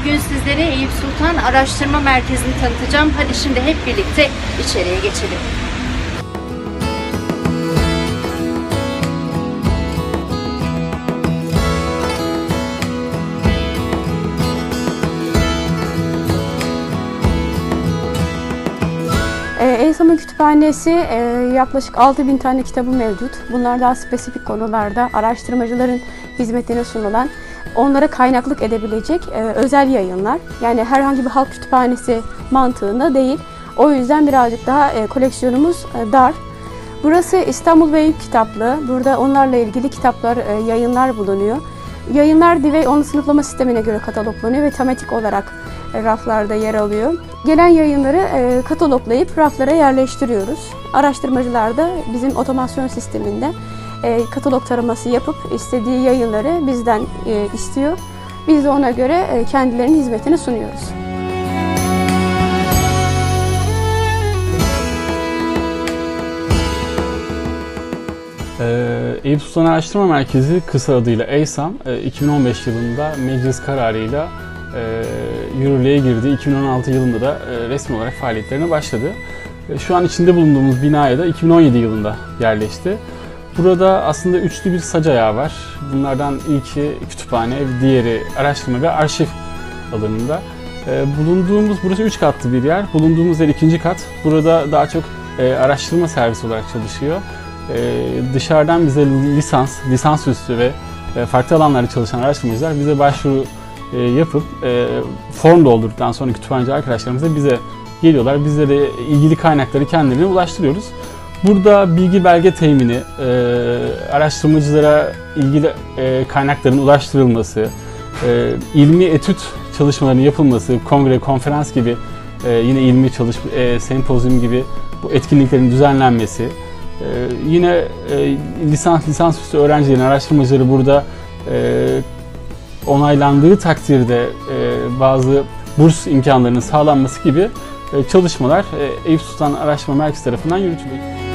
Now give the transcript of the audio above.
Bugün sizlere Eyüp Sultan Araştırma Merkezi'ni tanıtacağım. Hadi şimdi hep birlikte içeriye geçelim. ESAM'ın kütüphanesi yaklaşık 6000 tane kitabı mevcut. Bunlar daha spesifik konularda araştırmacıların hizmetine sunulan, onlara kaynaklık edebilecek özel yayınlar. Yani herhangi bir halk kütüphanesi mantığında değil. O yüzden birazcık daha koleksiyonumuz dar. Burası İstanbul ve Eyüp kitaplığı. Burada onlarla ilgili kitaplar, yayınlar bulunuyor. Yayınlar Divey 10 sınıflama sistemine göre kataloglanıyor ve tematik olarak raflarda yer alıyor. Gelen yayınları kataloglayıp raflara yerleştiriyoruz. Araştırmacılar da bizim otomasyon sisteminde katalog taraması yapıp istediği yayınları bizden istiyor. Biz de ona göre kendilerinin hizmetini sunuyoruz. Eyüp Sultan Araştırma Merkezi, kısa adıyla EYSAM, 2015 yılında meclis kararıyla yürürlüğe girdi. 2016 yılında da resmi olarak faaliyetlerine başladı. Şu an içinde bulunduğumuz binaya da 2017 yılında yerleşti. Burada aslında üçlü bir sac ayağı var. Bunlardan ilki kütüphane, diğeri araştırma ve arşiv alanında. Burası 3 katlı bir yer. Bulunduğumuz yer 2. kat. Burada daha çok araştırma servisi olarak çalışıyor. Dışarıdan bize lisansüstü ve farklı alanlarda çalışan araştırmacılar bize başvuru yapıp form doldurduktan sonra kütüphaneci arkadaşlarımız bize geliyorlar. Bizlere de ilgili kaynakları kendilerine ulaştırıyoruz. Burada bilgi belge temini, araştırmacılara ilgili kaynakların ulaştırılması, ilmi etüt çalışmalarının yapılması, kongre, konferans gibi yine ilmi sempozyum gibi bu etkinliklerin düzenlenmesi, yine lisansüstü öğrencilerin, araştırmacıları burada onaylandığı takdirde bazı burs imkanlarının sağlanması gibi çalışmalar Eyüp Sultan Araştırma Merkezi tarafından yürütülüyor.